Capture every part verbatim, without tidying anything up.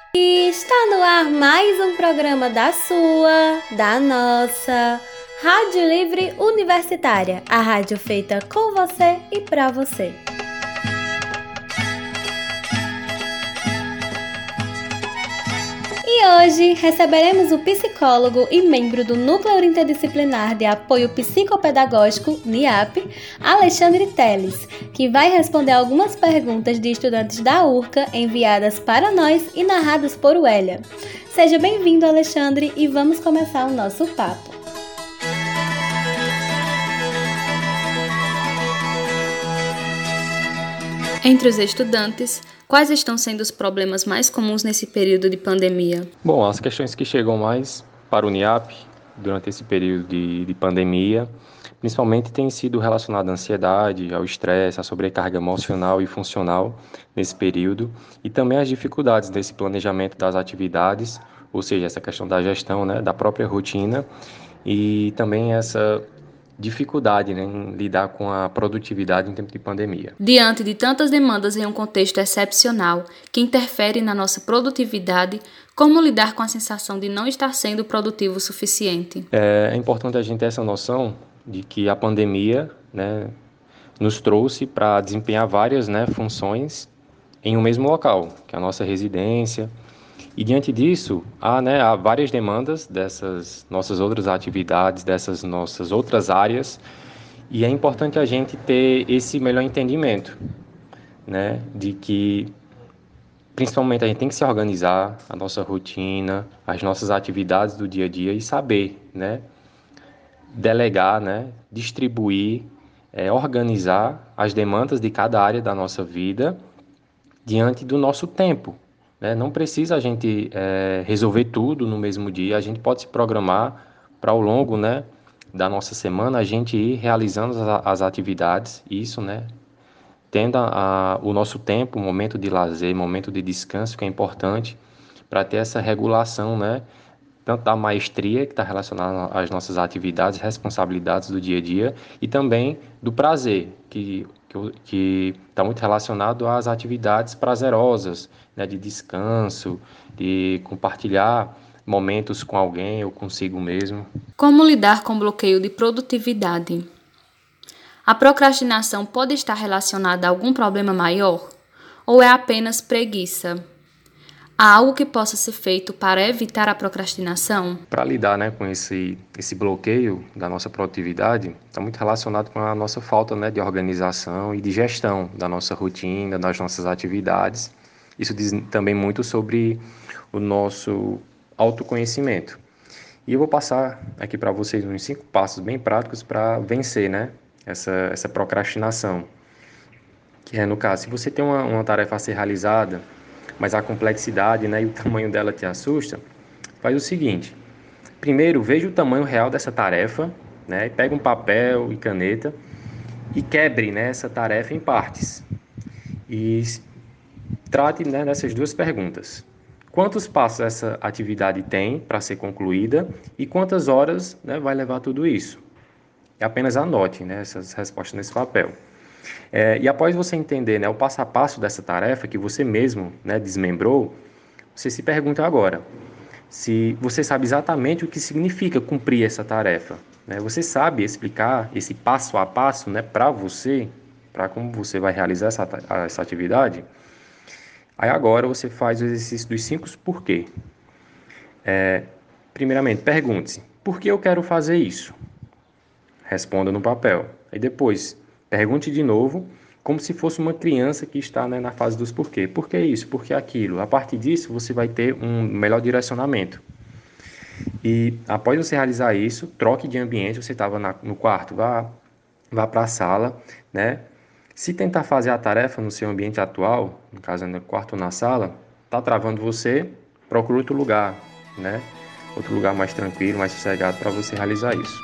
E está no ar mais um programa da sua, da nossa Rádio Livre Universitária, a rádio feita com você e para você. E hoje receberemos o psicólogo e membro do Núcleo Interdisciplinar de Apoio Psicopedagógico, NIAP, Alexandre Teles, que vai responder algumas perguntas de estudantes da U R C A enviadas para nós e narradas por Wélia. Seja bem-vindo, Alexandre, e vamos começar o nosso papo. Entre os estudantes, quais estão sendo os problemas mais comuns nesse período de pandemia? Bom, as questões que chegam mais para o NIAP durante esse período de, de pandemia, principalmente têm sido relacionadas à ansiedade, ao estresse, à sobrecarga emocional e funcional nesse período, e também as dificuldades desse planejamento das atividades, ou seja, essa questão da gestão, né, da própria rotina, e também essa dificuldade, né, em lidar com a produtividade em tempo de pandemia. Diante de tantas demandas em um contexto excepcional que interfere na nossa produtividade, como lidar com a sensação de não estar sendo produtivo o suficiente? É importante a gente ter essa noção de que a pandemia, né, nos trouxe para desempenhar várias, né, funções em um mesmo local, que é a nossa residência. E diante disso, há, né, há várias demandas dessas nossas outras atividades, dessas nossas outras áreas, e é importante a gente ter esse melhor entendimento, né, de que principalmente a gente tem que se organizar, a nossa rotina, as nossas atividades do dia a dia e saber, né, delegar, né, distribuir, é, organizar as demandas de cada área da nossa vida diante do nosso tempo. Né? Não precisa a gente é, resolver tudo no mesmo dia, a gente pode se programar para ao longo, né, da nossa semana a gente ir realizando as, as atividades, isso, né, tendo a, a, o nosso tempo, momento de lazer, momento de descanso, que é importante para ter essa regulação, né, tanto da maestria, que está relacionada às nossas atividades, responsabilidades do dia a dia, e também do prazer, que que está muito relacionado às atividades prazerosas, né, de descanso, de compartilhar momentos com alguém ou consigo mesmo. Como lidar com bloqueio de produtividade? A procrastinação pode estar relacionada a algum problema maior? Ou é apenas preguiça? Há algo que possa ser feito para evitar a procrastinação? Para lidar, né, com esse, esse bloqueio da nossa produtividade, está muito relacionado com a nossa falta, né, de organização e de gestão da nossa rotina, das nossas atividades. Isso diz também muito sobre o nosso autoconhecimento. E eu vou passar aqui para vocês uns cinco passos bem práticos para vencer, né, essa, essa procrastinação. Que é, no caso, se você tem uma, uma tarefa a ser realizada, mas a complexidade, né, e o tamanho dela te assusta, faz o seguinte: primeiro, veja o tamanho real dessa tarefa, né, pega um papel e caneta e quebre, né, essa tarefa em partes. E trate, né, dessas duas perguntas. Quantos passos essa atividade tem para ser concluída e quantas horas, né, vai levar tudo isso? E apenas anote, né, essas respostas nesse papel. É, e após você entender, né, o passo a passo dessa tarefa que você mesmo, né, desmembrou, você se pergunta agora se você sabe exatamente o que significa cumprir essa tarefa. Né? Você sabe explicar esse passo a passo, né, para você, para como você vai realizar essa, essa atividade? Aí agora você faz o exercício dos cinco porquê. É, primeiramente, pergunte-se: por que eu quero fazer isso? Responda no papel. Aí depois, pergunte de novo, como se fosse uma criança que está, né, na fase dos porquê. Por que isso? Por que aquilo? A partir disso, você vai ter um melhor direcionamento. E após você realizar isso, troque de ambiente. Você estava no quarto, vá, vá para a sala, né? Se tentar fazer a tarefa no seu ambiente atual, no caso no quarto ou na sala, está travando você, procure outro lugar, né? Outro lugar mais tranquilo, mais sossegado para você realizar isso.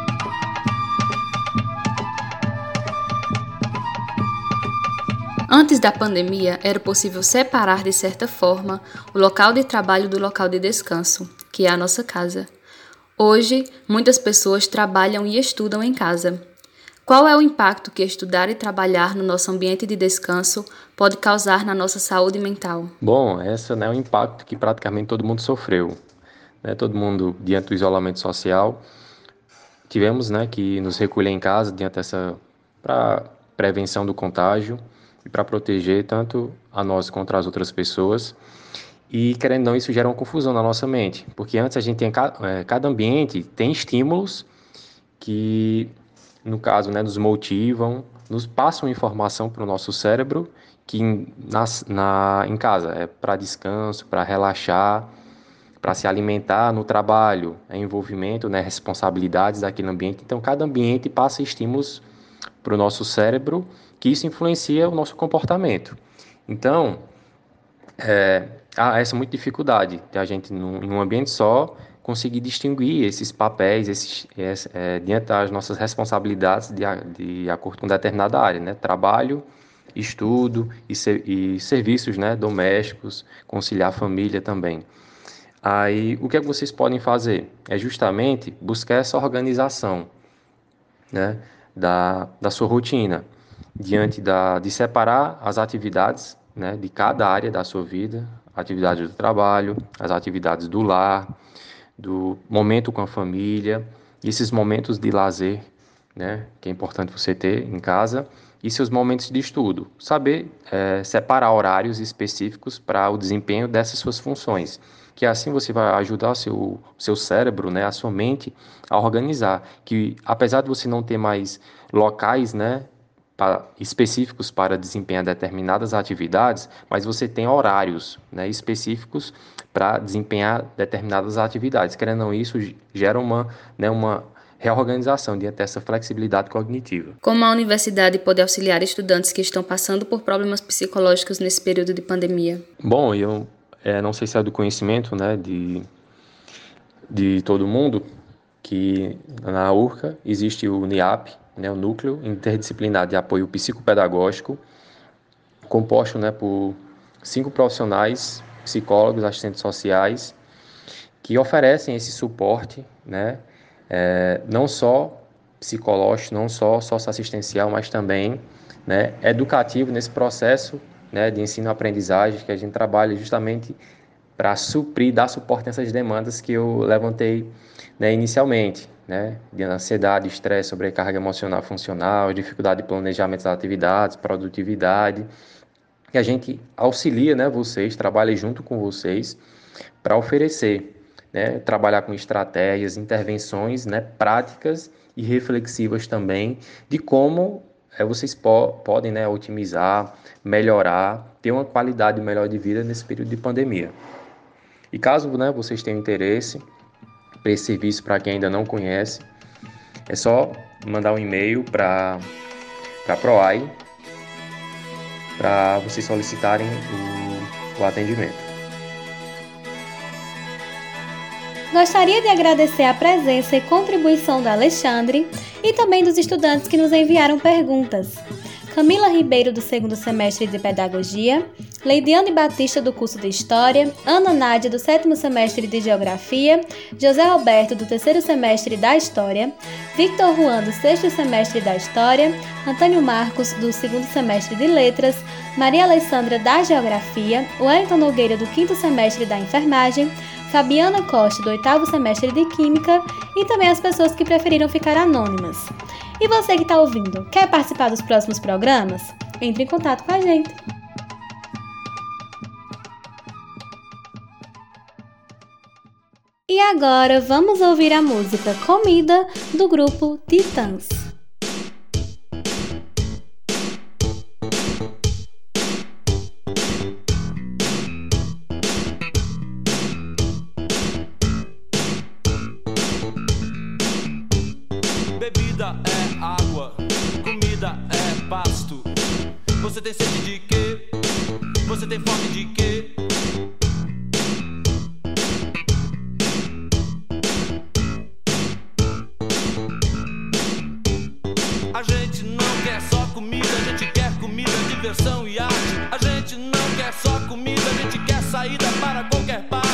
Antes da pandemia, era possível separar de certa forma o local de trabalho do local de descanso, que é a nossa casa. Hoje, muitas pessoas trabalham e estudam em casa. Qual é o impacto que estudar e trabalhar no nosso ambiente de descanso pode causar na nossa saúde mental? Bom, esse né, é um impacto que praticamente todo mundo sofreu. Né? Todo mundo, diante do isolamento social, tivemos né, que nos recolher em casa diante dessa para prevenção do contágio e para proteger tanto a nós contra as outras pessoas. E, querendo ou não, isso gera uma confusão na nossa mente, porque antes a gente tem, é, cada ambiente tem estímulos que, no caso, né, nos motivam, nos passam informação para o nosso cérebro, que na, na, em casa é para descanso, para relaxar, para se alimentar no trabalho, é envolvimento, né, responsabilidades daquele ambiente. Então, cada ambiente passa estímulos para o nosso cérebro, que isso influencia o nosso comportamento. Então, é, há essa muita dificuldade de a gente, num, em um ambiente só, conseguir distinguir esses papéis, esses, esse, é, diante das nossas responsabilidades de, de acordo com determinada área, né? Trabalho, estudo e, ser, e serviços, né, domésticos, conciliar a família também. Aí, o que é que vocês podem fazer? É justamente buscar essa organização, né, da, da sua rotina, diante da, de separar as atividades, né, de cada área da sua vida, atividades do trabalho, as atividades do lar, do momento com a família, esses momentos de lazer, né, que é importante você ter em casa, e seus momentos de estudo. Saber é, separar horários específicos para o desempenho dessas suas funções, que assim você vai ajudar o seu, seu cérebro, né, a sua mente a organizar, que apesar de você não ter mais locais, né, para, específicos para desempenhar determinadas atividades, mas você tem horários, né, específicos para desempenhar determinadas atividades. Querendo ou não, isso gera uma, né, uma reorganização diante dessa flexibilidade cognitiva. Como a universidade pode auxiliar estudantes que estão passando por problemas psicológicos nesse período de pandemia? Bom, eu é, não sei se é do conhecimento, né, de, de todo mundo, que na U R C A existe o N I A P, né, o Núcleo Interdisciplinar de Apoio Psicopedagógico, composto, né, por cinco profissionais, psicólogos, assistentes sociais, que oferecem esse suporte, né, é, não só psicológico, não só socioassistencial, mas também, né, educativo nesse processo, né, de ensino-aprendizagem, que a gente trabalha justamente para suprir, dar suporte nessas demandas que eu levantei, né, inicialmente, né, de ansiedade, estresse, sobrecarga emocional funcional, dificuldade de planejamento das atividades, produtividade, que a gente auxilia, né, vocês, trabalha junto com vocês para oferecer, né, trabalhar com estratégias, intervenções, né, práticas e reflexivas também de como é, vocês po- podem, né, otimizar, melhorar, ter uma qualidade melhor de vida nesse período de pandemia. E caso, né, vocês tenham interesse para esse serviço, para quem ainda não conhece, é só mandar um e-mail para a PROAI para vocês solicitarem o, o atendimento. Gostaria de agradecer a presença e contribuição do Alexandre e também dos estudantes que nos enviaram perguntas. Camila Ribeiro, do segundo semestre de Pedagogia, Leidiane Batista, do curso de História, Ana Nádia, do sétimo semestre de Geografia, José Roberto, do terceiro semestre da História, Victor Juan, do sexto semestre da História, Antônio Marcos, do segundo semestre de Letras, Maria Alessandra, da Geografia, Wellington Nogueira, do quinto semestre da Enfermagem, Fabiana Costa, do oitavo semestre de Química, e também as pessoas que preferiram ficar anônimas. E você que está ouvindo, quer participar dos próximos programas? Entre em contato com a gente. E agora vamos ouvir a música Comida, do grupo Titãs. Bebida é água, comida é pasto. Você tem sede de quê? Você tem fome de quê? A gente não quer só comida, a gente quer comida, diversão e arte. A gente não quer só comida, a gente quer saída para qualquer parte.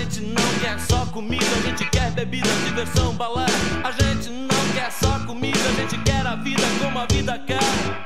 gente não quer só comida, a gente quer bebida, diversão, balé. A gente não quer só comida, a gente quer a vida como a vida quer.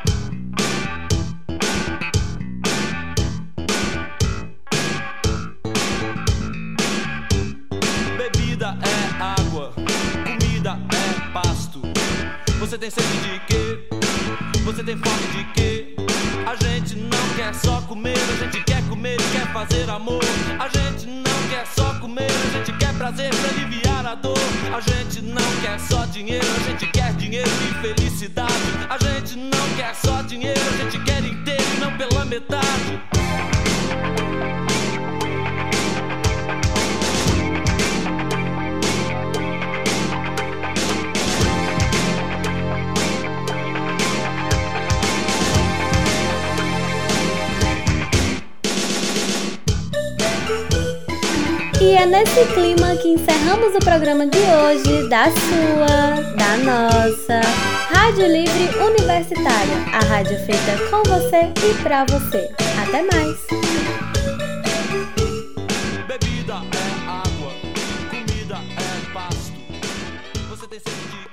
Bebida é água, comida é pasto. Você tem sede de quê? Você tem fome de quê? A gente não quer só comer, a gente quer comer e quer fazer amor. A gente não quer só comer, a gente quer prazer pra aliviar a dor. A gente não quer só dinheiro, a gente quer dinheiro e felicidade. A gente não quer só dinheiro, a gente quer inteiro e não pela metade. E é nesse clima que encerramos o programa de hoje da sua, da nossa Rádio Livre Universitária, a rádio feita com você e pra você. Até mais! Bebida é água, comida é pasto. Você tem sede de